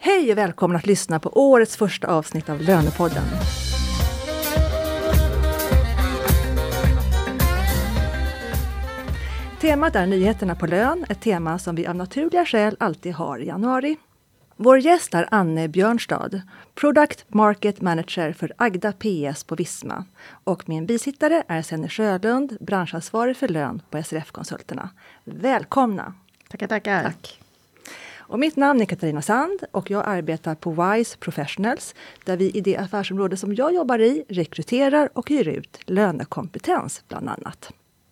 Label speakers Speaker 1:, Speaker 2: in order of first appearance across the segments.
Speaker 1: Hej och välkomna att lyssna på årets första avsnitt av Lönepodden. Temat är nyheterna på lön, ett tema som vi av naturliga skäl alltid har i januari. Vår gäst är Anne Björnstad, Product Market Manager för Agda PS på Visma. Och min bisittare är Senny Sjölund, branschansvarig för lön på SRF-konsulterna. Välkomna!
Speaker 2: Tackar, tackar.
Speaker 1: Tack. Och mitt namn är Katarina Sand och jag arbetar på Wise Professionals där vi i det affärsområde som jag jobbar i rekryterar och hyr ut lönekompetens bland annat.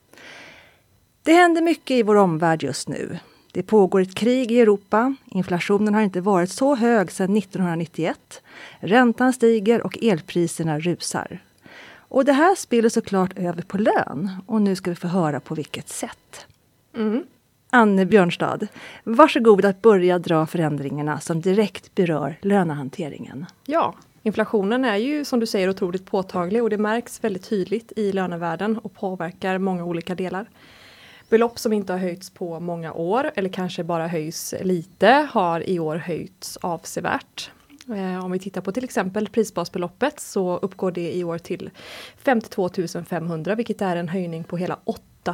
Speaker 1: Det händer mycket i vår omvärld just nu. Det pågår ett krig i Europa, inflationen har inte varit så hög sedan 1991, räntan stiger och elpriserna rusar. Och det här spiller såklart över på lön och nu ska vi få höra på vilket sätt. Anne Björnstad, varsågod att börja dra förändringarna som direkt berör lönehanteringen.
Speaker 2: Ja, inflationen är ju som du säger otroligt påtaglig och det märks väldigt tydligt i lönevärlden och påverkar många olika delar. Belopp som inte har höjts på många år eller kanske bara höjs lite har i år höjts avsevärt. Om vi tittar på till exempel prisbasbeloppet så uppgår det i år till 52 500 vilket är en höjning på hela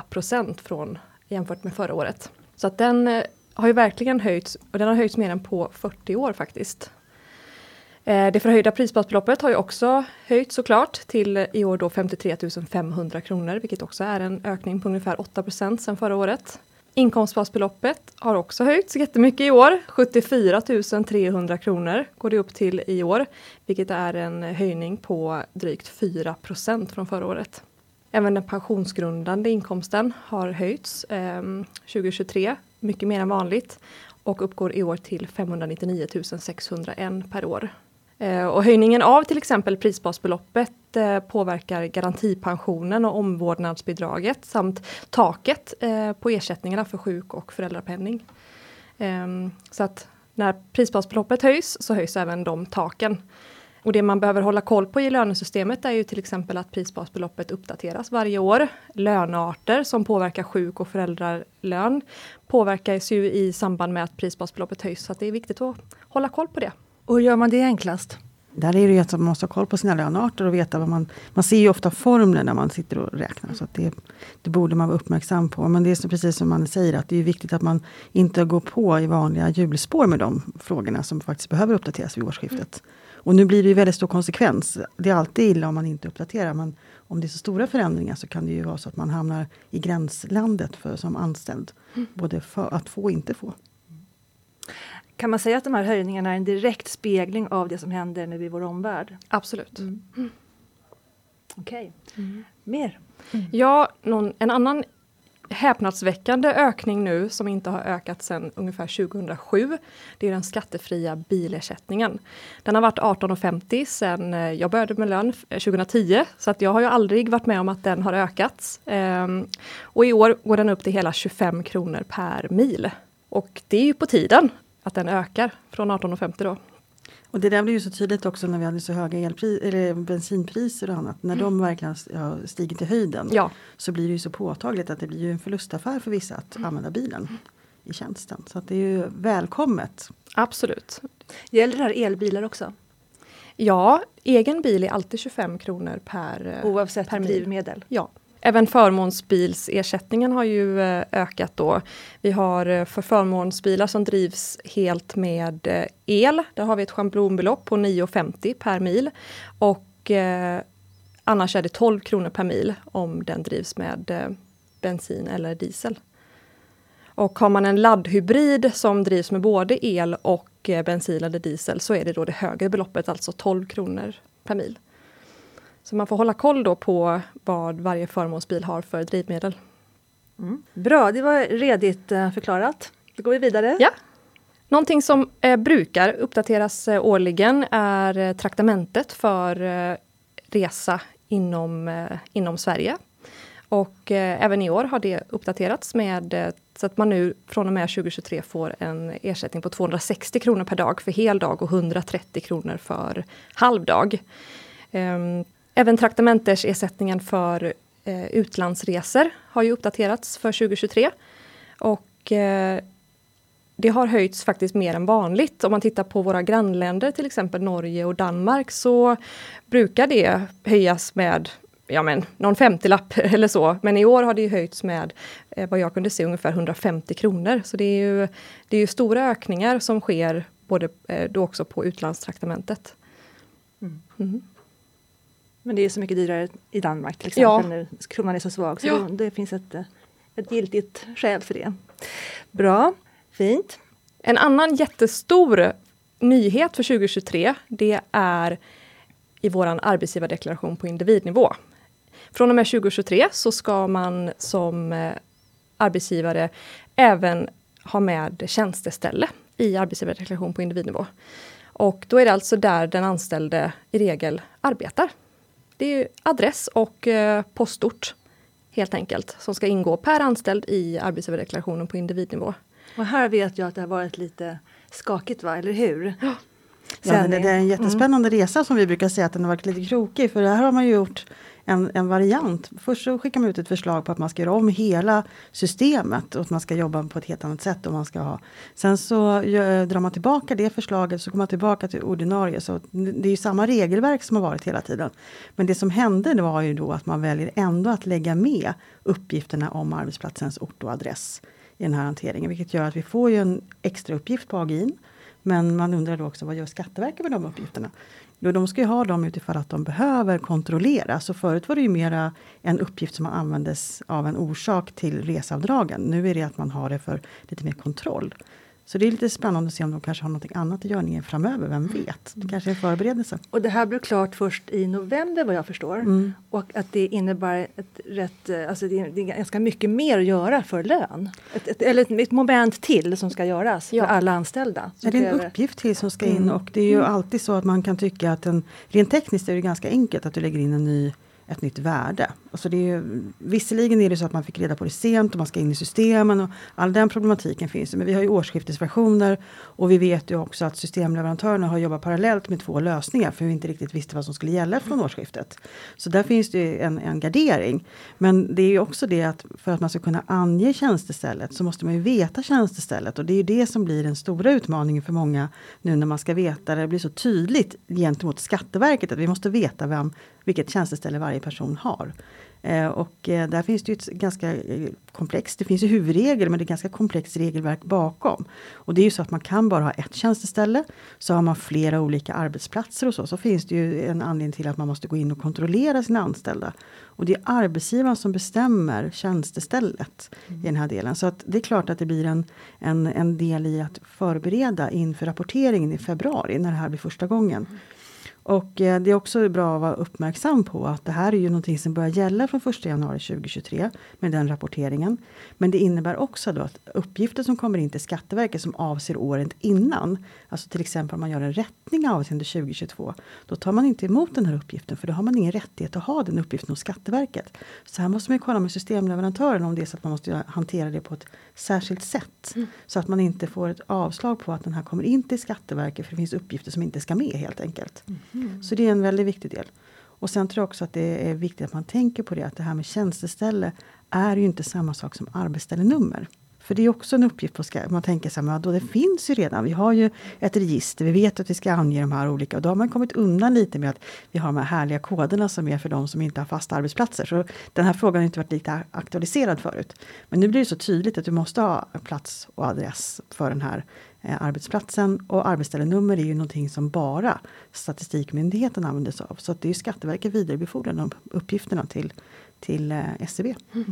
Speaker 2: 8% jämfört med förra året. Så att den har ju verkligen höjts och den har höjts mer än på 40 år faktiskt. Det förhöjda prisbasbeloppet har ju också höjts såklart till i år då 53 500 kronor vilket också är en ökning på ungefär 8% sedan förra året. Inkomstbasbeloppet har också höjts jättemycket i år. 74 300 kronor går det upp till i år vilket är en höjning på drygt 4% från förra året. Även den pensionsgrundande inkomsten har höjts 2023 mycket mer än vanligt och uppgår i år till 599 601 per år. Och höjningen av till exempel prisbasbeloppet påverkar garantipensionen och omvårdnadsbidraget samt taket på ersättningarna för sjuk- och föräldrapenning. Så att när prisbasbeloppet höjs så höjs även de taken. Och det man behöver hålla koll på i lönesystemet är ju till exempel att prisbasbeloppet uppdateras varje år. Lönearter som påverkar sjuk- och föräldralön påverkas ju i samband med att prisbasbeloppet höjs. Så att det är viktigt att hålla koll på det.
Speaker 1: Och hur gör man det enklast?
Speaker 3: Där är det ju att man måste ha koll på sina lönearter och veta vad man ser ju ofta formler när man sitter och räknar. Så att det borde man vara uppmärksam på. Men det är så precis som man säger att det är viktigt att man inte går på i vanliga hjulspår med de frågorna som faktiskt behöver uppdateras vid årsskiftet. Och nu blir det ju väldigt stor konsekvens. Det är alltid illa om man inte uppdaterar. Men om det är så stora förändringar så kan det ju vara så att man hamnar i gränslandet som anställd. Både för att få och inte få.
Speaker 1: Kan man säga att de här höjningarna är en direkt spegling av det som händer nu i vår omvärld?
Speaker 2: Absolut.
Speaker 1: Okej. Mer?
Speaker 2: Ja, en annan häpnadsväckande ökning nu som inte har ökat sedan ungefär 2007. Det är den skattefria bilersättningen. Den har varit 18,50 sedan jag började med lön 2010. Så att jag har ju aldrig varit med om att den har ökats. Och i år går den upp till hela 25 kronor per mil. Och det är ju på tiden att den ökar från 18,50 då.
Speaker 3: Och det där blir ju så tydligt också när vi hade så höga eller bensinpriser och annat. När de verkligen har stigit i höjden så blir det ju så påtagligt att det blir ju en förlustaffär för vissa att använda bilen i tjänsten. Så att det är ju välkommet.
Speaker 2: Absolut.
Speaker 1: Gäller det här elbilar också?
Speaker 2: Ja, egen bil är alltid 25 kronor
Speaker 1: oavsett
Speaker 2: per
Speaker 1: drivmedel?
Speaker 2: Ja. Även förmånsbilsersättningen har ju ökat då. Vi har för förmånsbilar som drivs helt med el. Där har vi ett schablonbelopp på 9,50 per mil. Och annars är det 12 kronor per mil om den drivs med bensin eller diesel. Och har man en laddhybrid som drivs med både el och bensin eller diesel så är det då det högre beloppet, alltså 12 kronor per mil. Så man får hålla koll då på vad varje förmånsbil har för drivmedel.
Speaker 1: Bra, det var redigt förklarat. Då går vi vidare.
Speaker 2: Ja. Någonting som brukar uppdateras årligen är traktamentet för resa inom Sverige. Och även i år har det uppdaterats med så att man nu från och med 2023 får en ersättning på 260 kronor per dag för hel dag och 130 kronor för halvdag. Även traktamentsersättningen för utlandsresor har ju uppdaterats för 2023. Och det har höjts faktiskt mer än vanligt. Om man tittar på våra grannländer, till exempel Norge och Danmark, så brukar det höjas med någon 50-lapp eller så. Men i år har det höjts med, vad jag kunde se, ungefär 150 kronor. Så det är ju stora ökningar som sker både då också på utlandstraktamentet.
Speaker 1: Men det är så mycket dyrare i Danmark till exempel nu. Kronan är så svag, så det finns ett giltigt skäl för det. Bra, fint.
Speaker 2: En annan jättestor nyhet för 2023, det är i våran arbetsgivardeklaration på individnivå. Från och med 2023 så ska man som arbetsgivare även ha med tjänsteställe i arbetsgivardeklaration på individnivå. Och då är det alltså där den anställde i regel arbetar. Det är adress och postort helt enkelt som ska ingå per anställd i arbetsgivardeklarationen på individnivå.
Speaker 1: Och här vet jag att det har varit lite skakigt, va? Eller hur?
Speaker 3: Ja. Det är en jättespännande resa som vi brukar säga att den har varit lite krokig. För det här har man ju gjort en variant. Först så skickar man ut ett förslag på att man ska göra om hela systemet. Och att man ska jobba på ett helt annat sätt. Och man ska ha. Sen så drar man tillbaka det förslaget, så går man tillbaka till ordinarie. Så det är ju samma regelverk som har varit hela tiden. Men det som hände, det var ju då att man väljer ändå att lägga med uppgifterna om arbetsplatsens ort och adress i den här hanteringen. Vilket gör att vi får ju en extra uppgift på AGI:n. Men man undrar då också, vad gör Skatteverket med de uppgifterna? Jo, de ska ju ha dem utifrån att de behöver kontrollera. Så förut var det ju mera en uppgift som användes av en orsak till reseavdragen. Nu är det att man har det för lite mer kontroll. Så det är lite spännande att se om de kanske har något annat att göra framöver. Vem vet? Det kanske är en förberedelse.
Speaker 1: Och det här blev klart först i november vad jag förstår. Och att det innebär det är ganska mycket mer att göra för lön. Ett moment till som ska göras för alla anställda.
Speaker 3: Det är en uppgift till som ska in. Och det är ju alltid så att man kan tycka att rent tekniskt är det ganska enkelt att du lägger in ett nytt värde. Alltså visserligen är det så att man fick reda på det sent och man ska in i systemen och all den problematiken finns. Men vi har ju årsskiftesversioner och vi vet ju också att systemleverantörerna har jobbat parallellt med 2 lösningar för vi inte riktigt visste vad som skulle gälla från årsskiftet. Så där finns det ju en gardering. Men det är ju också det att för att man ska kunna ange tjänstestället så måste man ju veta tjänstestället och det är ju det som blir den stora utmaningen för många nu när man ska veta det blir så tydligt gentemot Skatteverket att vi måste veta vilket tjänsteställe varje person har. Och där finns det ju ett ganska komplext, det finns ju huvudregel men det är ganska komplext regelverk bakom. Och det är ju så att man kan bara ha ett tjänsteställe, så har man flera olika arbetsplatser och så finns det ju en anledning till att man måste gå in och kontrollera sina anställda. Och det är arbetsgivaren som bestämmer tjänstestället i den här delen. Så att det är klart att det blir en del i att förbereda inför rapporteringen i februari när det här blir första gången. Och det är också bra att vara uppmärksam på att det här är ju någonting som börjar gälla från 1 januari 2023 med den rapporteringen. Men det innebär också då att uppgifter som kommer in till Skatteverket som avser året innan, alltså till exempel om man gör en rättning avseende 2022, då tar man inte emot den här uppgiften för då har man ingen rättighet att ha den uppgiften hos Skatteverket. Så här måste man kolla med systemleverantören om det är så att man måste hantera det på ett särskilt sätt. Så att man inte får ett avslag på att den här kommer in till Skatteverket för det finns uppgifter som inte ska med helt enkelt. Så det är en väldigt viktig del. Och sen tror jag också att det är viktigt att man tänker på det. Att det här med tjänsteställe är ju inte samma sak som arbetsställenummer. För det är också en uppgift på man tänker så här, då det finns ju redan. Vi har ju ett register, vi vet att vi ska ange de här olika. Och då har man kommit undan lite med att vi har de här härliga koderna som är för de som inte har fasta arbetsplatser. Så den här frågan har inte varit lite aktualiserad förut. Men nu blir det så tydligt att du måste ha plats och adress för den här arbetsplatsen. Och arbetsställenummer är ju någonting som bara Statistikmyndigheten använder sig av. Så att det är ju Skatteverket vidarebefordrar de uppgifterna till SCB.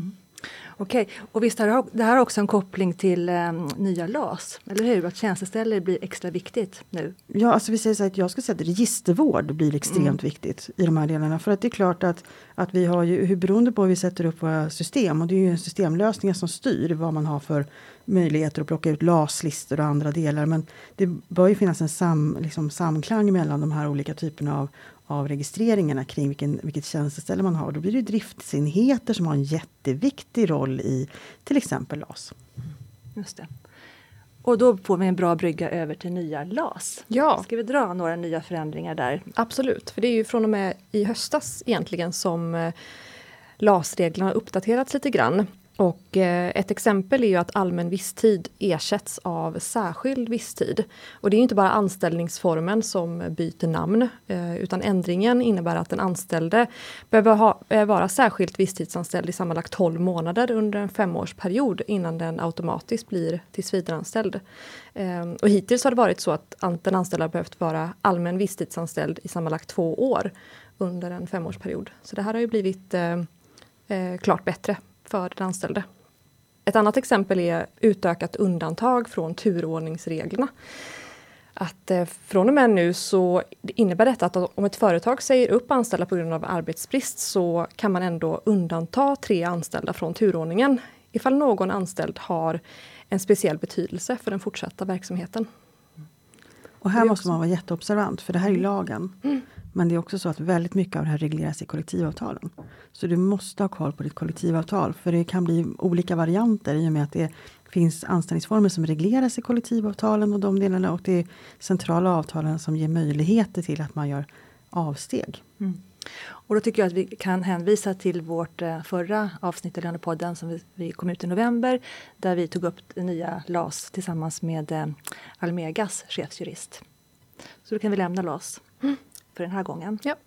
Speaker 1: Okej, och visst det här har också en koppling till nya LAS, eller hur? Att tjänsteställe blir extra viktigt nu.
Speaker 3: Ja, alltså vi säger så att jag skulle säga att registervård blir extremt viktigt i de här delarna. För att det är klart att vi har ju, hur beroende på hur vi sätter upp våra system, och det är ju systemlösningar som styr vad man har för möjligheter att plocka ut LAS-listor och andra delar. Men det bör ju finnas en samklang mellan de här olika typerna av registreringarna kring vilket tjänsteställe man har. Då blir det driftsenheter som har en jätteviktig roll i till exempel LAS.
Speaker 1: Just det. Och då får vi en bra brygga över till nya LAS.
Speaker 2: Ja.
Speaker 1: Ska vi dra några nya förändringar där?
Speaker 2: Absolut, för det är ju från och med i höstas egentligen som LAS-reglerna har uppdaterats lite grann. Och ett exempel är ju att allmän visstid ersätts av särskild visstid. Och det är inte bara anställningsformen som byter namn, utan ändringen innebär att den anställde behöver vara särskilt visstidsanställd i sammanlagt 12 månader under en 5-årsperiod innan den automatiskt blir tillsvidareanställd. Och hittills har det varit så att den anställda behövt vara allmän visstidsanställd i sammanlagt 2 år under en 5-årsperiod. Så det här har ju blivit klart bättre för den anställde. Ett annat exempel är utökat undantag från turordningsreglerna. Att från och med nu så innebär detta att om ett företag säger upp anställda på grund av arbetsbrist så kan man ändå undanta 3 anställda från turordningen ifall någon anställd har en speciell betydelse för den fortsatta verksamheten.
Speaker 3: Och här måste man vara jätteobservant, för det här är lagen. Men det är också så att väldigt mycket av det här regleras i kollektivavtalen. Så du måste ha koll på ditt kollektivavtal, för det kan bli olika varianter i och med att det finns anställningsformer som regleras i kollektivavtalen och de delarna, och det är centrala avtalen som ger möjligheter till att man gör avsteg.
Speaker 1: Och då tycker jag att vi kan hänvisa till vårt förra avsnitt i Lönepodden som vi kom ut i november, där vi tog upp den nya LAS tillsammans med Almegas chefsjurist. Så då kan vi lämna LAS för den här gången.
Speaker 2: Ja.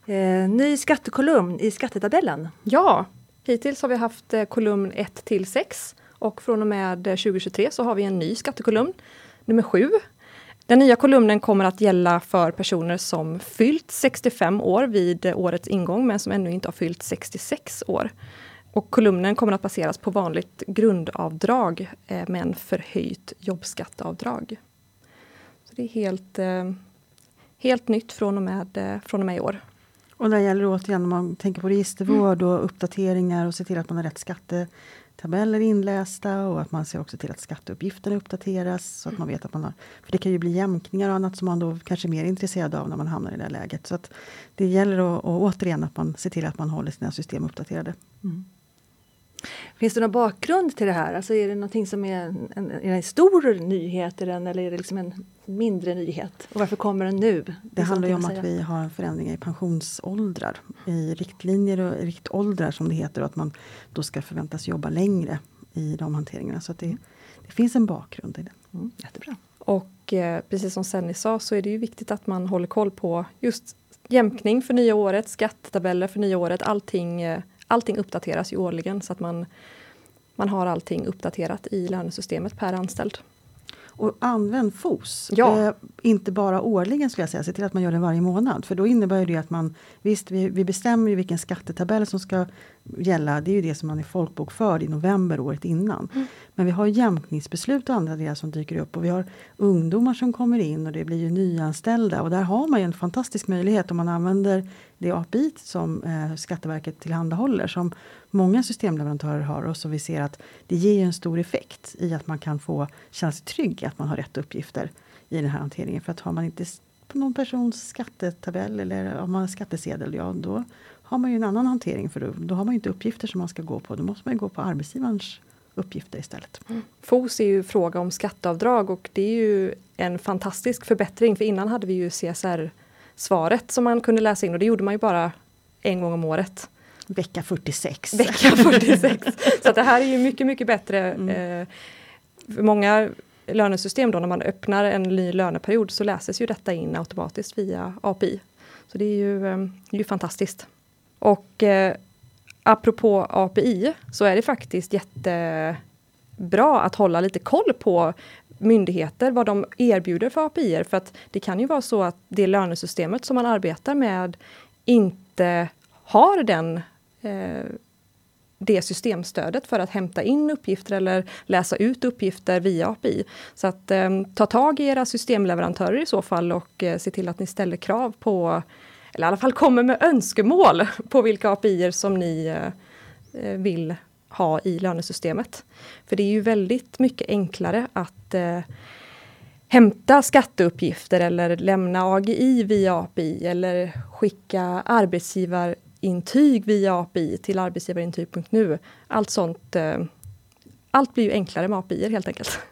Speaker 1: Ny skattekolumn i skattetabellen.
Speaker 2: Ja, hittills har vi haft kolumn 1-6 och från och med 2023 så har vi en ny skattekolumn, nummer 7. Den nya kolumnen kommer att gälla för personer som fyllt 65 år vid årets ingång men som ännu inte har fyllt 66 år. Och kolumnen kommer att baseras på vanligt grundavdrag men förhöjt jobbskatteavdrag. Så det är helt nytt från och med i år. Och
Speaker 3: där gäller det återigen, om man tänker på registervård och uppdateringar och se till att man har rätt skattetabeller inlästa och att man ser också till att skatteuppgifterna uppdateras så att man vet att man har, för det kan ju bli jämkningar och annat som man då kanske är mer intresserad av när man hamnar i det här läget. Så att det gäller att återigen att man ser till att man håller sina system uppdaterade.
Speaker 1: Finns det någon bakgrund till det här? Alltså är det någonting som är en stor nyhet i den, eller är det liksom en mindre nyhet? Och varför kommer den nu?
Speaker 3: Det handlar ju om att vi har förändringar i pensionsåldrar, i riktlinjer och riktåldrar som det heter, och att man då ska förväntas jobba längre i de hanteringarna. Så att det finns en bakgrund i det.
Speaker 1: Jättebra.
Speaker 2: Och precis som Senny sa så är det ju viktigt att man håller koll på just jämkning för nya året, skattetabeller för nya året, allting uppdateras ju årligen så att man har allting uppdaterat i lönesystemet per anställd.
Speaker 3: Och använd FOS.
Speaker 2: Ja.
Speaker 3: Inte bara årligen skulle jag säga. Se till att man gör det varje månad. För då innebär det att man, visst vi bestämmer ju vilken skattetabell som ska gälla. Det är ju det som man är folkbokförd i november året innan. Men vi har jämkningsbeslut och andra delar som dyker upp. Och vi har ungdomar som kommer in och det blir ju nyanställda. Och där har man ju en fantastisk möjlighet om man använder det API som Skatteverket tillhandahåller. Som många systemleverantörer har, och så vi ser att det ger en stor effekt i att man kan få känna sig trygg att man har rätt uppgifter i den här hanteringen. För att har man inte på någon persons skattetabell eller om man har skattesedel, ja då har man ju en annan hantering, för då har man inte uppgifter som man ska gå på. Då måste man ju gå på arbetsgivarens uppgifter istället.
Speaker 2: FOS är ju fråga om skatteavdrag och det är ju en fantastisk förbättring, för innan hade vi ju CSR-svaret som man kunde läsa in och det gjorde man ju bara en gång om året.
Speaker 3: Vecka 46.
Speaker 2: Så att det här är ju mycket, mycket bättre. För många lönesystem då, när man öppnar en ny löneperiod så läses ju detta in automatiskt via API. Så det är ju fantastiskt. Och apropå API så är det faktiskt jättebra att hålla lite koll på myndigheter, vad de erbjuder för API. För att det kan ju vara så att det lönesystemet som man arbetar med inte har det systemstödet för att hämta in uppgifter eller läsa ut uppgifter via API. Så att ta tag i era systemleverantörer i så fall och se till att ni ställer krav på, eller i alla fall kommer med önskemål på vilka APIer som ni vill ha i lönesystemet. För det är ju väldigt mycket enklare att hämta skatteuppgifter eller lämna AGI via API eller skicka arbetsgivarintyg via API till arbetsgivarintyg.nu. Allt sånt, allt blir ju enklare med API helt enkelt.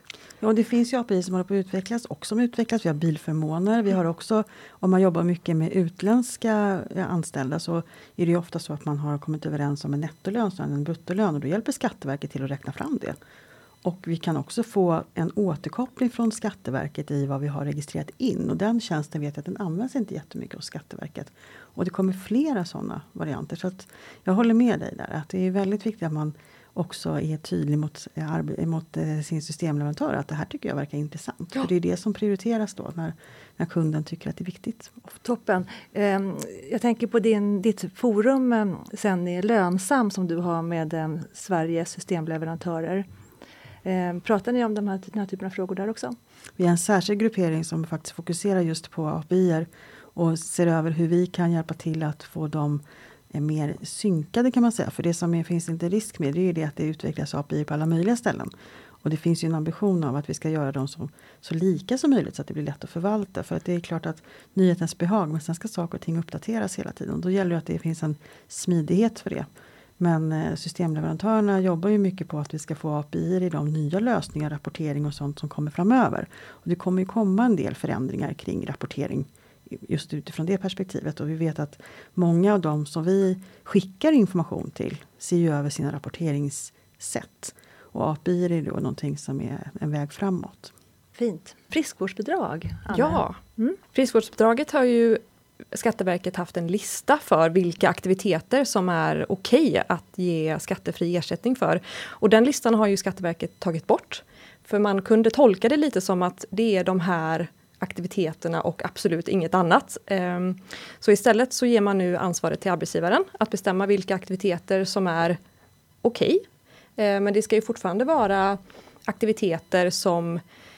Speaker 3: Ja, det finns ju API som håller på att utvecklas och som utvecklas. Vi har bilförmåner. Vi har också, om man jobbar mycket med utländska anställda, så är det ju ofta så att man har kommit överens om en nettolön snarare än en bruttolön. Och då hjälper Skatteverket till att räkna fram det. Och vi kan också få en återkoppling från Skatteverket i vad vi har registrerat in. Och den tjänsten vet jag att den används inte jättemycket hos Skatteverket. Och det kommer flera sådana varianter. Så att jag håller med dig där. Att det är väldigt viktigt att man också är tydlig mot sin systemleverantör. Att det här tycker jag verkar intressant. Ja. För det är det som prioriteras då när kunden tycker att det är viktigt.
Speaker 1: Toppen. Jag tänker på ditt forum sen är Lönsam som du har med Sveriges systemleverantörer. Pratar ni om den här typen av frågor där också?
Speaker 3: Vi har en särskild gruppering som faktiskt fokuserar just på API och ser över hur vi kan hjälpa till att få dem mer synkade kan man säga. För det som finns inte risk med det är ju det att det utvecklas API på alla möjliga ställen. Och det finns ju en ambition av att vi ska göra dem så lika som möjligt så att det blir lätt att förvalta. För att det är klart att nyhetens behag, men sen ska saker och ting uppdateras hela tiden. Då gäller det att det finns en smidighet för det. Men systemleverantörerna jobbar ju mycket på att vi ska få API i de nya lösningar, rapportering och sånt som kommer framöver. Och det kommer ju komma en del förändringar kring rapportering just utifrån det perspektivet. Och vi vet att många av dem som vi skickar information till ser ju över sina rapporteringssätt. Och API är då någonting som är en väg framåt.
Speaker 1: Fint. Friskvårdsbidrag, Anna.
Speaker 2: Ja, friskvårdsbidraget har ju Skatteverket haft en lista för vilka aktiviteter som är okej att ge skattefri ersättning för. Och den listan har ju Skatteverket tagit bort. För man kunde tolka det lite som att det är de här aktiviteterna och absolut inget annat. Så istället så ger man nu ansvaret till arbetsgivaren att bestämma vilka aktiviteter som är okej. Men det ska ju fortfarande vara aktiviteter som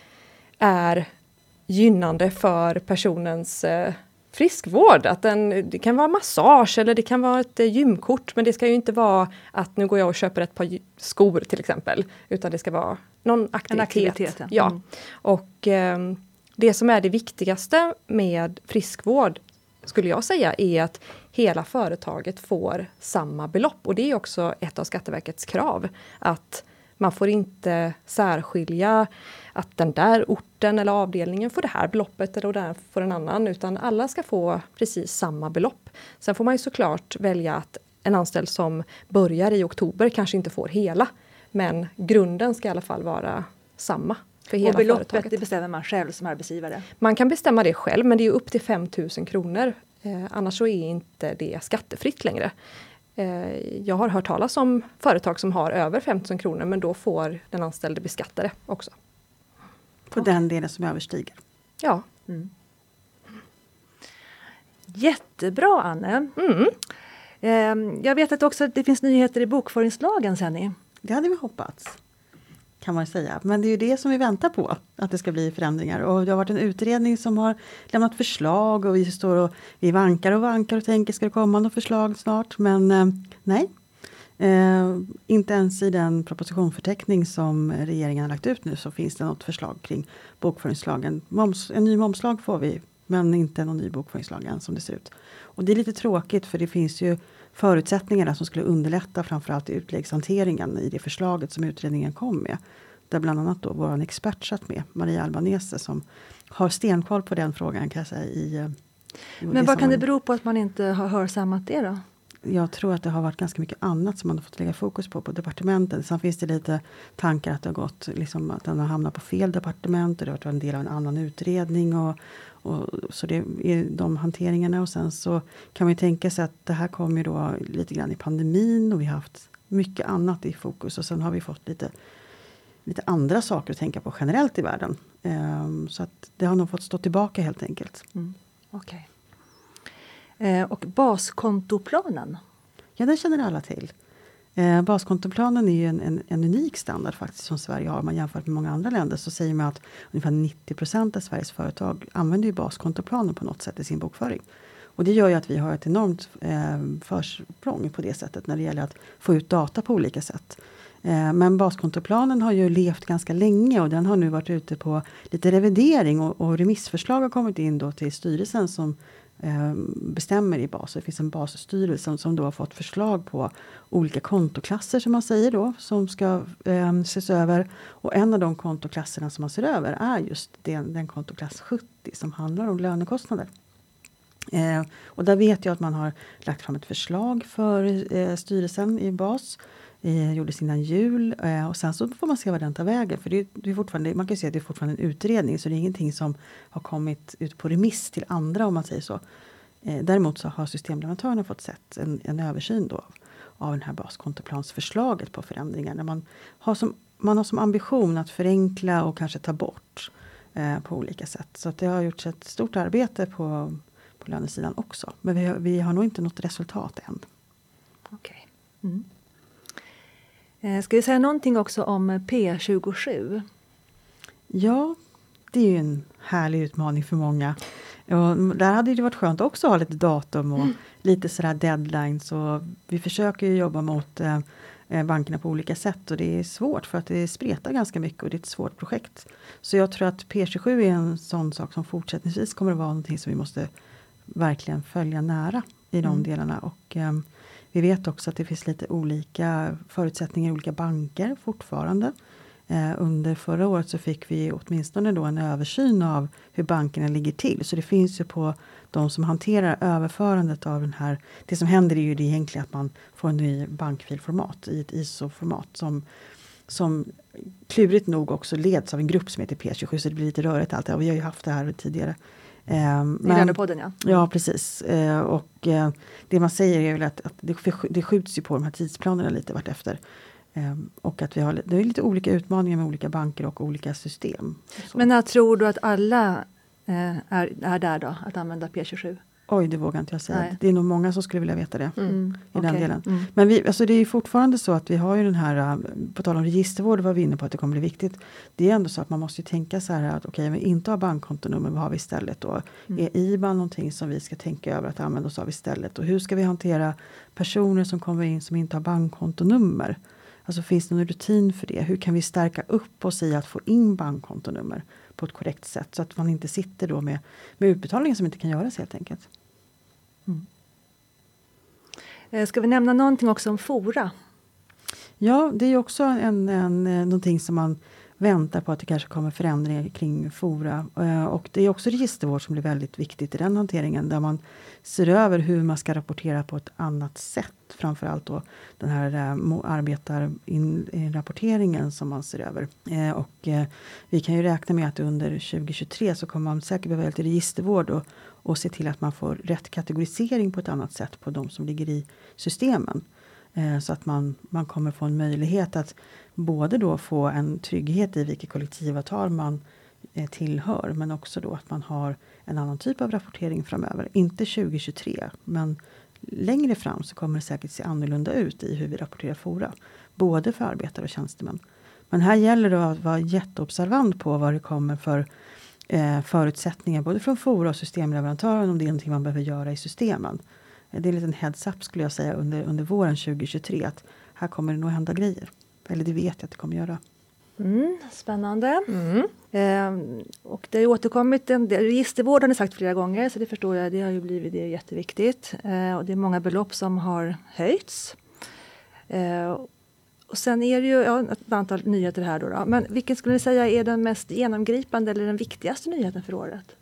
Speaker 2: är gynnande för personens friskvård. Det kan vara massage eller det kan vara ett gymkort. Men det ska ju inte vara att nu går jag och köper ett par skor till exempel. Utan det ska vara någon aktivitet. Ja. Och det som är det viktigaste med friskvård skulle jag säga är att hela företaget får samma belopp. Och det är också ett av Skatteverkets krav. Att man får inte särskilja att den där orten eller avdelningen får det här beloppet eller där får en annan. Utan alla ska få precis samma belopp. Sen får man ju såklart välja att en anställd som börjar i oktober kanske inte får hela. Men grunden ska i alla fall vara samma. För hela
Speaker 1: och beloppet
Speaker 2: företaget.
Speaker 1: Det bestämmer man själv som arbetsgivare?
Speaker 2: Man kan bestämma det själv men det är upp till 5 000 kronor. Annars så är inte det skattefritt längre. Jag har hört talas om företag som har över 5 000 kronor men då får den anställde beskattare också.
Speaker 3: På den delen som överstiger?
Speaker 2: Ja.
Speaker 1: Mm. Jättebra Anne! Jag vet att också det finns nyheter i bokföringslagen sen.
Speaker 3: Det hade vi hoppats. Kan man säga. Men det är ju det som vi väntar på. Att det ska bli förändringar. Och det har varit en utredning som har lämnat förslag. Och vi vankar och tänker ska det komma något förslag snart. Men nej. Inte ens i den propositionsförteckning som regeringen har lagt ut nu så finns det något förslag kring bokföringslagen. En ny momslag får vi. Men inte någon ny bokföringslag än som det ser ut. Och det är lite tråkigt för det finns ju förutsättningarna som skulle underlätta framförallt utläggshanteringen i det förslaget som utredningen kom med. Där bland annat då vår expert satt med, Maria Albanese, som har stenkoll på den frågan kan jag säga.
Speaker 1: Men vad kan det bero på att man inte har hörsammat det då?
Speaker 3: Jag tror att det har varit ganska mycket annat som man har fått lägga fokus på departementen. Sen finns det lite tankar att det har gått, liksom, att den har hamnat på fel departement och det har varit en del av en annan utredning och så det är de hanteringarna och sen så kan man ju tänka sig att det här kommer ju då lite grann i pandemin och vi har haft mycket annat i fokus och sen har vi fått lite andra saker att tänka på generellt i världen. Så att det har nog fått stå tillbaka helt enkelt.
Speaker 1: Okej. Och baskontoplanen?
Speaker 3: Ja, den känner alla till. Baskontoplanen är ju en unik standard faktiskt som Sverige har. Om man jämför med många andra länder så säger man att ungefär 90% av Sveriges företag använder ju baskontoplanen på något sätt i sin bokföring. Och det gör ju att vi har ett enormt försprång på det sättet när det gäller att få ut data på olika sätt. Men baskontoplanen har ju levt ganska länge och den har nu varit ute på lite revidering och remissförslag har kommit in då till styrelsen som bestämmer i bas. Det finns en basstyrelse som då har fått förslag på olika kontoklasser som man säger då som ska ses över. Och en av de kontoklasserna som man ser över är just den kontoklass 70 som handlar om lönekostnader. Och där vet jag att man har lagt fram ett förslag för styrelsen i bas. Gjordes innan jul och sen så får man se vad den tar vägen. För det är fortfarande, man kan ju säga att det är fortfarande en utredning så det är ingenting som har kommit ut på remiss till andra om man säger så. Däremot så har systemleverantörerna fått sett en översyn då av den här baskontoplansförslaget på förändringar. När man har som ambition att förenkla och kanske ta bort på olika sätt. Så att det har gjorts ett stort arbete på lönesidan också. Men vi har nog inte något resultat än.
Speaker 1: Okej. Mm. Ska vi säga någonting också om P27?
Speaker 3: Ja, det är ju en härlig utmaning för många. Och där hade det varit skönt också att ha lite datum och lite sådär deadlines. Och vi försöker ju jobba mot bankerna på olika sätt och det är svårt för att det spretar ganska mycket och det är ett svårt projekt. Så jag tror att P27 är en sån sak som fortsättningsvis kommer att vara någonting som vi måste verkligen följa nära i de delarna. Och vi vet också att det finns lite olika förutsättningar i olika banker fortfarande. Under förra året så fick vi åtminstone då en översyn av hur bankerna ligger till. Så det finns ju på de som hanterar överförandet av den här. Det som händer är ju det egentligen att man får en ny bankfilformat i ett ISO-format som klurigt nog också leds av en grupp som heter P27 så det blir lite rörigt allt. Ja, vi har ju haft det här tidigare.
Speaker 1: I podden, ja.
Speaker 3: Ja, precis. Och det man säger är väl att det skjuts ju på de här tidsplanerna lite vart efter. Och att det är lite olika utmaningar med olika banker och olika system.
Speaker 1: Men när tror du att alla är där då, att använda P27?
Speaker 3: Oj, det vågar inte jag säga.
Speaker 1: Nej.
Speaker 3: Det är nog många som skulle vilja veta det i den delen.
Speaker 1: Mm.
Speaker 3: Men det är ju fortfarande så att vi har ju den här, på tal om registervård var vi inne på att det kommer bli viktigt. Det är ändå så att man måste ju tänka så här att okej, vi inte har bankkontonummer, vad har vi istället då? Är IBAN någonting som vi ska tänka över att använda oss av istället? Och hur ska vi hantera personer som kommer in som inte har bankkontonummer? Alltså finns det någon rutin för det? Hur kan vi stärka upp oss i att få in bankkontonummer på ett korrekt sätt så att man inte sitter då med utbetalningar som inte kan göras helt enkelt.
Speaker 1: Ska vi nämna någonting också om Fora?
Speaker 3: Ja, det är också någonting som man väntar på att det kanske kommer förändringar kring Fora. Och det är också registervård som blir väldigt viktigt i den hanteringen. Där man ser över hur man ska rapportera på ett annat sätt. Framförallt då den här arbetarrapporteringen som man ser över. Och vi kan ju räkna med att under 2023 så kommer man säkert behöva lite registervård och se till att man får rätt kategorisering på ett annat sätt på de som ligger i systemen. Så att man kommer få en möjlighet att både då få en trygghet i vilket kollektivavtal man tillhör. Men också då att man har en annan typ av rapportering framöver. Inte 2023 men längre fram så kommer det säkert se annorlunda ut i hur vi rapporterar Fora. Både för arbetare och tjänstemän. Men här gäller det att vara jätteobservant på vad det kommer för förutsättningar. Både från Fora och systemleverantören om det är någonting man behöver göra i systemen. Det är en liten heads-up skulle jag säga under våren 2023 att här kommer det nog hända grejer. Eller det vet jag att det kommer göra.
Speaker 1: Spännande. Och det har ju återkommit en del. Registervård har ni sagt flera gånger så det förstår jag. Det har ju blivit det jätteviktigt. Och det är många belopp som har höjts. Och sen är det ju ett antal nyheter här då. Men vilken skulle ni säga är den mest genomgripande eller den viktigaste nyheten för året?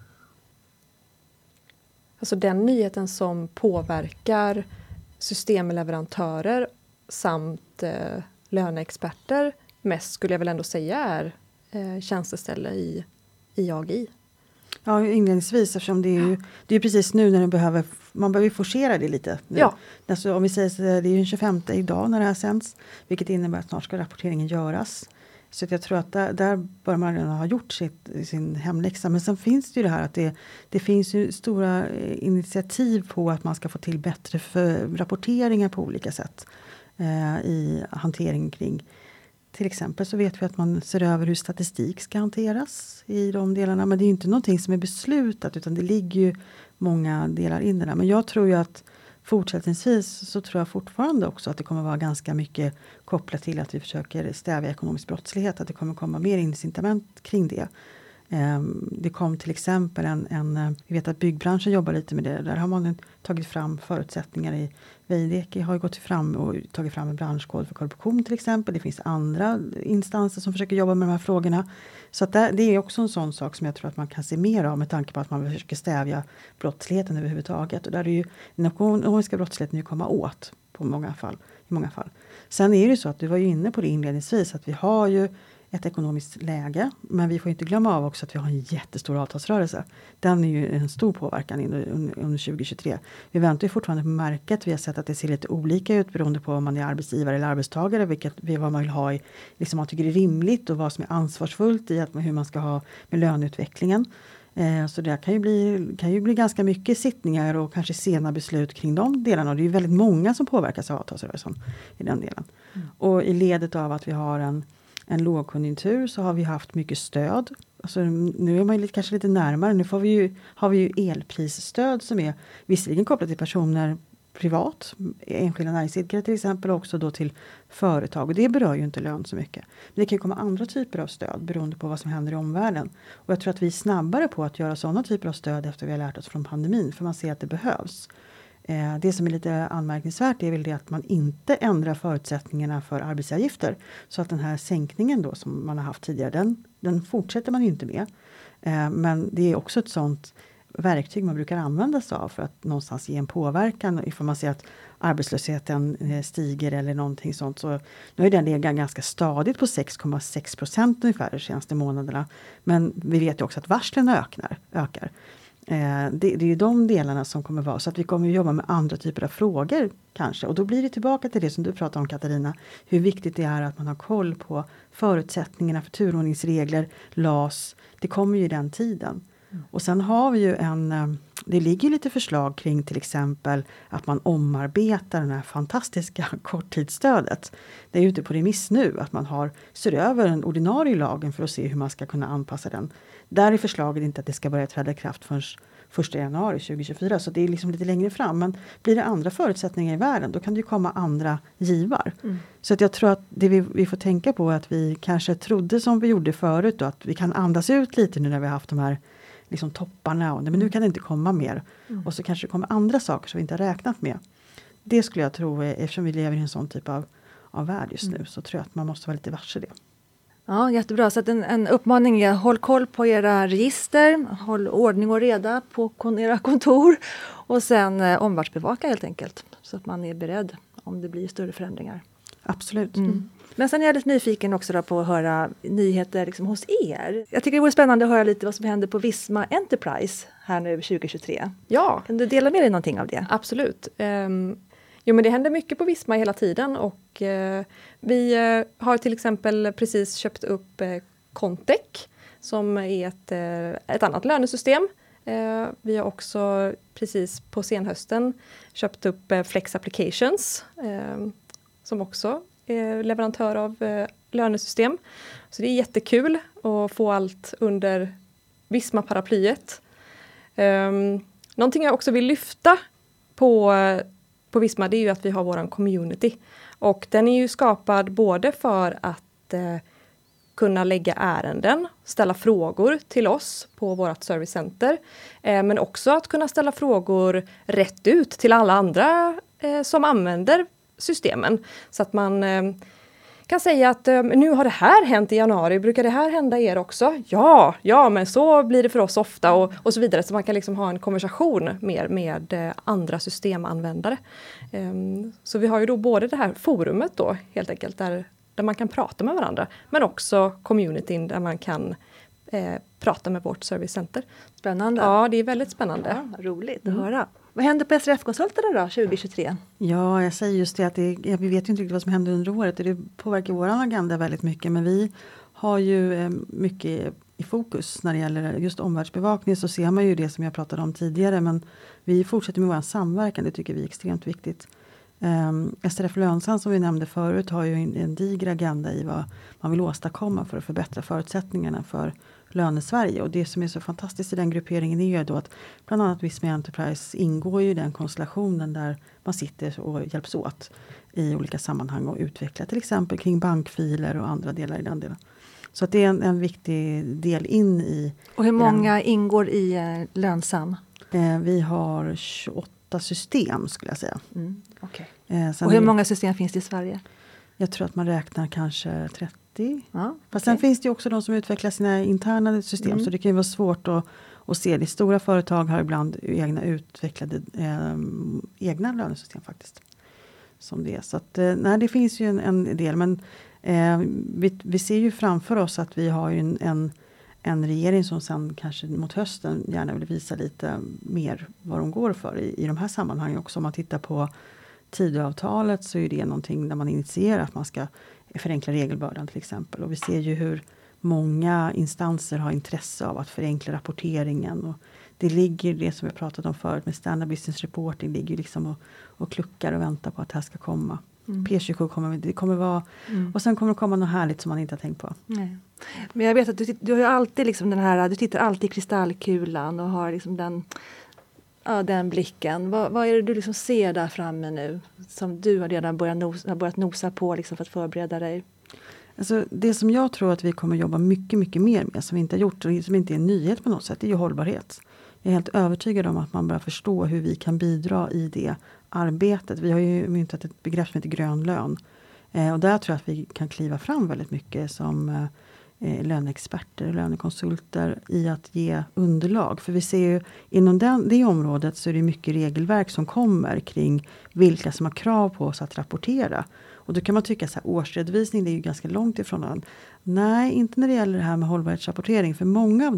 Speaker 2: Alltså den nyheten som påverkar systemleverantörer samt löneexperter mest skulle jag väl ändå säga är tjänsteställe i AGI.
Speaker 3: Ja, inledningsvis eftersom det är precis nu när man behöver forcera det lite. Nu.
Speaker 2: Ja.
Speaker 3: Alltså, om vi säger så det är den 25 idag när det här sänds, vilket innebär att snart ska rapporteringen göras. Så att jag tror att där bör man redan ha gjort sin hemläxa. Men sen finns det ju det här att det finns ju stora initiativ på att man ska få till bättre rapporteringar på olika sätt i hanteringen kring. Till exempel så vet vi att man ser över hur statistik ska hanteras i de delarna. Men det är ju inte någonting som är beslutat utan det ligger ju många delar in i det. Men jag tror ju att fortsättningsvis så tror jag fortfarande också att det kommer vara ganska mycket kopplat till att vi försöker stävja ekonomisk brottslighet. Att det kommer komma mer incitament kring det. Det kom till exempel vi vet att byggbranschen jobbar lite med det. Där har man tagit fram förutsättningar i Veidekke har ju gått fram och tagit fram en branschkod för korruption till exempel. Det finns andra instanser som försöker jobba med de här frågorna. Så att det är också en sån sak som jag tror att man kan se mer av med tanke på att man försöker stävja brottsligheten överhuvudtaget. Och där är ju den ekonomiska brottsligheten ju komma åt i många fall. Sen är det ju så att du var ju inne på det inledningsvis att vi har ju ett ekonomiskt läge. Men vi får inte glömma av också att vi har en jättestor avtalsrörelse. Den är ju en stor påverkan under 2023. Vi väntar ju fortfarande på märket. Vi har sett att det ser lite olika ut beroende på om man är arbetsgivare eller arbetstagare. Vad man vill ha i, liksom man tycker är rimligt och vad som är ansvarsfullt i hur man ska ha med löneutvecklingen. Så det kan ju bli ganska mycket sittningar och kanske sena beslut kring de delarna. Och det är ju väldigt många som påverkas av avtalsrörelsen i den delen. Och i ledet av att vi har en lågkonjunktur så har vi haft mycket stöd. Alltså, nu är man ju kanske lite närmare. Nu har vi ju elprisstöd som är visserligen kopplat till personer privat, enskilda näringsidkare till exempel, och också då till företag. Och det berör ju inte lön så mycket. Men det kan ju komma andra typer av stöd beroende på vad som händer i omvärlden. Och jag tror att vi är snabbare på att göra sådana typer av stöd efter vi har lärt oss från pandemin. För man ser att det behövs. Det som är lite anmärkningsvärt är väl det att man inte ändrar förutsättningarna för arbetsavgifter. Så att den här sänkningen då som man har haft tidigare, den fortsätter man ju inte med. Men det är också ett sånt verktyg man brukar använda sig av för att någonstans ge en påverkan. Ifall man ser att arbetslösheten stiger eller någonting sånt. Så nu är den legat ganska stadigt på 6,6% ungefär de senaste månaderna. Men vi vet ju också att varslen ökar. Det är ju de delarna som kommer vara. Så att vi kommer jobba med andra typer av frågor kanske. Och då blir det tillbaka till det som du pratade om, Katarina. Hur viktigt det är att man har koll på förutsättningarna för turordningsregler, LAS. Det kommer ju i den tiden. Och sen har vi ju det ligger lite förslag kring till exempel att man omarbetar den här fantastiska korttidsstödet. Det är ute på remiss nu att man ser över den ordinarie lagen för att se hur man ska kunna anpassa den. Där är förslaget inte att det ska börja träda i kraft förrän 1 januari 2024. Så det är liksom lite längre fram. Men blir det andra förutsättningar i världen då kan det ju komma andra givar. Så att jag tror att det vi får tänka på är att vi kanske trodde som vi gjorde förut. Då, att vi kan andas ut lite nu när vi har haft de här liksom topparna. Men nu kan det inte komma mer. Och så kanske det kommer andra saker som vi inte har räknat med. Det skulle jag tro, eftersom vi lever i en sån typ av värld just nu. Så tror jag att man måste vara lite varse det.
Speaker 1: Ja, jättebra. Så att en uppmaning är håll koll på era register. Håll ordning och reda på era kontor. Och sen omvärldsbevaka helt enkelt. Så att man är beredd om det blir större förändringar.
Speaker 3: Absolut.
Speaker 1: Men sen är jag lite nyfiken också då på att höra nyheter liksom hos er. Jag tycker det vore spännande att höra lite vad som händer på Visma Enterprise här nu 2023.
Speaker 2: Ja.
Speaker 1: Kan du dela med dig någonting av det?
Speaker 2: Absolut. Jo, men det händer mycket på Visma hela tiden och vi har till exempel precis köpt upp Contec som är ett annat lönesystem. Vi har också precis på senhösten köpt upp Flex Applications som också är leverantör av lönesystem. Så det är jättekul att få allt under Visma-paraplyet. Någonting jag också vill lyfta på Visma, det är ju att vi har våran community. Och den är ju skapad både för att kunna lägga ärenden, ställa frågor till oss på vårt servicecenter. Men också att kunna ställa frågor rätt ut till alla andra som använder systemen. Så att man kan säga att nu har det här hänt i januari. Brukar det här hända er också? Ja, men så blir det för oss ofta och så vidare. Så man kan liksom ha en konversation mer med andra systemanvändare. Så vi har ju då både det här forumet då helt enkelt där man kan prata med varandra. Men också communityn där man kan prata med vårt servicecenter.
Speaker 1: Spännande.
Speaker 2: Ja, det är väldigt spännande.
Speaker 1: Ja, roligt att höra. Vad händer på SRF-konsulterna då 2023?
Speaker 3: Ja, jag säger just det att vi vet ju inte riktigt vad som händer under året. Det påverkar vår agenda väldigt mycket. Men vi har ju mycket i fokus när det gäller just omvärldsbevakning. Så ser man ju det som jag pratade om tidigare. Men vi fortsätter med vår samverkan. Det tycker vi är extremt viktigt. SRF Lönsam som vi nämnde förut har ju en diger agenda i vad man vill åstadkomma för att förbättra förutsättningarna för Lönesverige. Och det som är så fantastiskt i den grupperingen är ju då att bland annat Visma Enterprise ingår ju i den konstellationen där man sitter och hjälps åt i olika sammanhang och utvecklar till exempel kring bankfiler och andra delar i den delen. Så att det är en viktig del in i...
Speaker 1: Och hur många ingår i Lönsam?
Speaker 3: Vi har 28 system skulle jag säga.
Speaker 1: Okay. Och hur många system finns det i Sverige?
Speaker 3: Jag tror att man räknar kanske 30.
Speaker 1: Ja,
Speaker 3: fast sen finns det också de som utvecklar sina interna system. Så det kan ju vara svårt att se. Det stora företag har ibland utvecklade egna lönesystem faktiskt. Som det är. Så att, nej, det finns ju en del. Men vi ser ju framför oss att vi har ju en regering som sen kanske mot hösten gärna vill visa lite mer vad de går för i de här sammanhangen. Också om man tittar på Tidöavtalet så är det någonting där man initierar att man ska förenkla regelbördan till exempel. Och vi ser ju hur många instanser har intresse av att förenkla rapporteringen. Och det ligger det som vi pratat om förut med standard business reporting ligger liksom och kluckar och väntar på att det här ska komma. P27 kommer vara och sen kommer det komma något härligt som man inte har tänkt på.
Speaker 1: Nej. Men jag vet att du har ju alltid liksom du tittar alltid i kristallkulan och har liksom den blicken. Vad är det du liksom ser där framme nu som du har redan börjat nosa på liksom för att förbereda dig?
Speaker 3: Alltså, det som jag tror att vi kommer jobba mycket, mycket mer med som vi inte har gjort och som inte är en nyhet på något sätt, det är ju hållbarhet. Jag är helt övertygad om att man börjar förstå hur vi kan bidra i det arbetet. Vi har ju myntat ett begrepp som heter grön lön. Och där tror jag att vi kan kliva fram väldigt mycket som löneexperter och lönekonsulter i att ge underlag. För vi ser ju inom det området så är det mycket regelverk som kommer kring vilka som har krav på oss att rapportera. Och då kan man tycka så här, årsredovisning det är ju ganska långt ifrån den. Nej, inte när det gäller det här med hållbarhetsrapportering. För många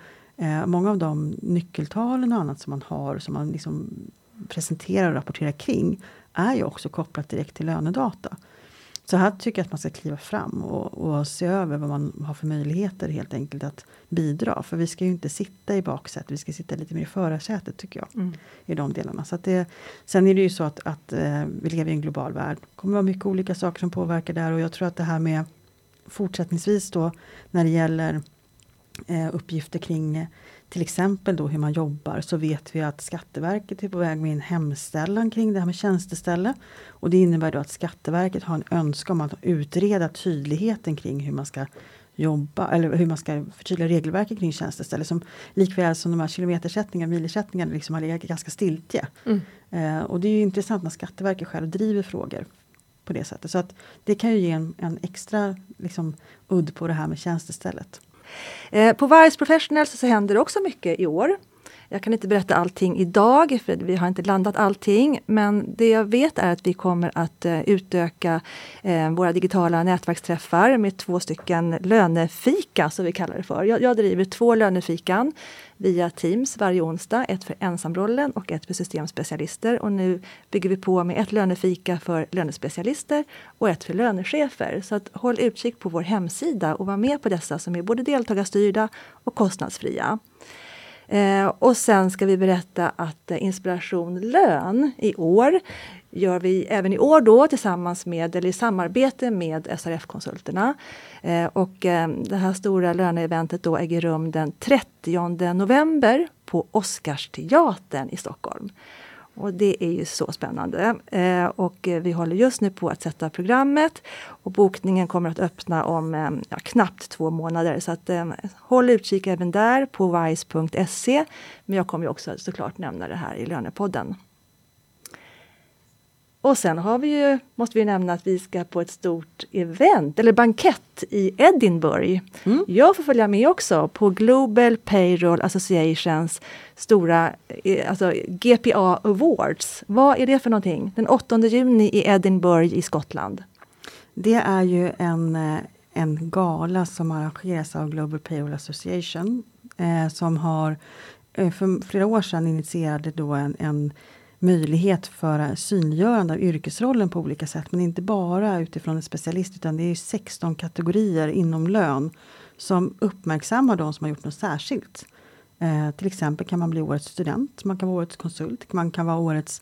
Speaker 3: av de nyckeltalen och annat som man har som man liksom presenterar och rapporterar kring är ju också kopplat direkt till lönedata. Så här tycker jag att man ska kliva fram och se över vad man har för möjligheter helt enkelt att bidra. För vi ska ju inte sitta i baksätet, vi ska sitta lite mer i förarsätet tycker jag. I de delarna. Så att sen är det ju så att vi lever i en global värld. Det kommer vara mycket olika saker som påverkar där och jag tror att det här med fortsättningsvis då när det gäller uppgifter kring till exempel då hur man jobbar så vet vi att Skatteverket är på väg med en hemställan kring det här med tjänsteställe. Och det innebär då att Skatteverket har en önskan om att utreda tydligheten kring hur man ska jobba eller hur man ska förtydliga regelverket kring tjänsteställe som likväl som de här kilometersättningar, milersättningar liksom har legat ganska stiltje. Och det är ju intressant när Skatteverket själv driver frågor på det sättet. Så att det kan ju ge en extra liksom, udd på det här med tjänstestället.
Speaker 1: På Wise Professionals så händer det också mycket i år. Jag kan inte berätta allting idag för vi har inte landat allting. Men det jag vet är att vi kommer att utöka våra digitala nätverksträffar med 2 stycken lönefika som vi kallar det för. Jag driver 2 lönefikan via Teams varje onsdag. Ett för ensamrollen och ett för systemspecialister. Och nu bygger vi på med ett lönefika för lönespecialister och ett för lönechefer. Så att håll utkik på vår hemsida och var med på dessa som är både deltagarstyrda och kostnadsfria. Och sen ska vi berätta att Inspiration Lön i år gör vi även i år då tillsammans med eller i samarbete med SRF-konsulterna. Och det här stora löneeventet då äger rum den 30 november på Oscarsteatern i Stockholm. Och det är ju så spännande. Och vi håller just nu på att sätta programmet. Och bokningen kommer att öppna om knappt 2 månader. Så att, håll utkik även där på wise.se. Men jag kommer ju också såklart nämna det här i Lönepodden. Och sen måste vi nämna att vi ska på ett stort event eller bankett i Edinburgh. Jag får följa med också på Global Payroll Associations stora GPA Awards. Vad är det för någonting? Den 8 juni i Edinburgh i Skottland.
Speaker 3: Det är ju en gala som arrangeras av Global Payroll Association som har för flera år sedan initierade då en möjlighet för synliggörande av yrkesrollen på olika sätt. Men inte bara utifrån en specialist utan det är 16 kategorier inom lön som uppmärksammar de som har gjort något särskilt. Till exempel kan man bli årets student, man kan vara årets konsult, man kan vara årets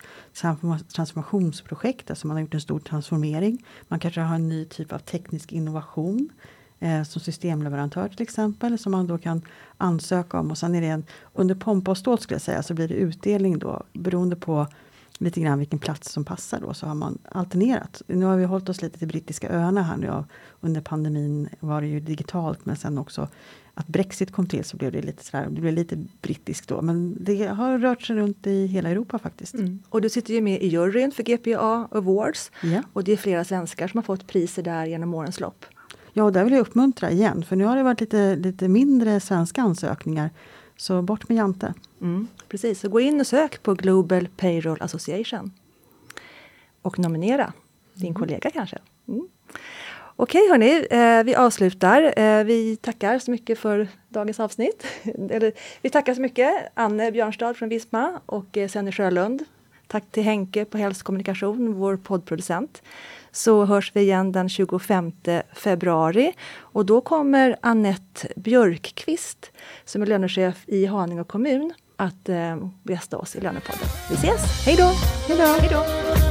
Speaker 3: transformationsprojekt, alltså man har gjort en stor transformering. Man kanske har en ny typ av teknisk innovation. som systemleverantör till exempel, som man då kan ansöka om. Och sen är det under pompa och ståt skulle jag säga, så blir det utdelning då, beroende på lite grann vilken plats som passar då, så har man alternerat. Nu har vi hållit oss lite till brittiska öarna här nu. Under pandemin var det ju digitalt, men sen också att Brexit kom till så blev det lite sådär, det blev lite brittiskt då. Men det har rört sig runt i hela Europa faktiskt.
Speaker 1: Och du sitter ju med i juryn för GPA Awards.
Speaker 3: Ja.
Speaker 1: Och det är flera svenskar som har fått priser där genom årens lopp.
Speaker 3: Ja, och där vill jag uppmuntra igen. För nu har det varit lite mindre svenska ansökningar. Så bort med jante.
Speaker 1: Precis, så gå in och sök på Global Payroll Association. Och nominera din kollega kanske. Okej hörni, vi avslutar. Vi tackar så mycket för dagens avsnitt. Vi tackar så mycket Anne Björnstad från Visma och Senny Sjölund. Tack till Henke på Hälsokommunikation, vår poddproducent. Så hörs vi igen den 25 februari. Och då kommer Annette Björkqvist, som är lönechef i Haninge kommun, att gästa oss i Lönepodden. Vi ses, hej då!
Speaker 3: Hej då!
Speaker 1: Hej då!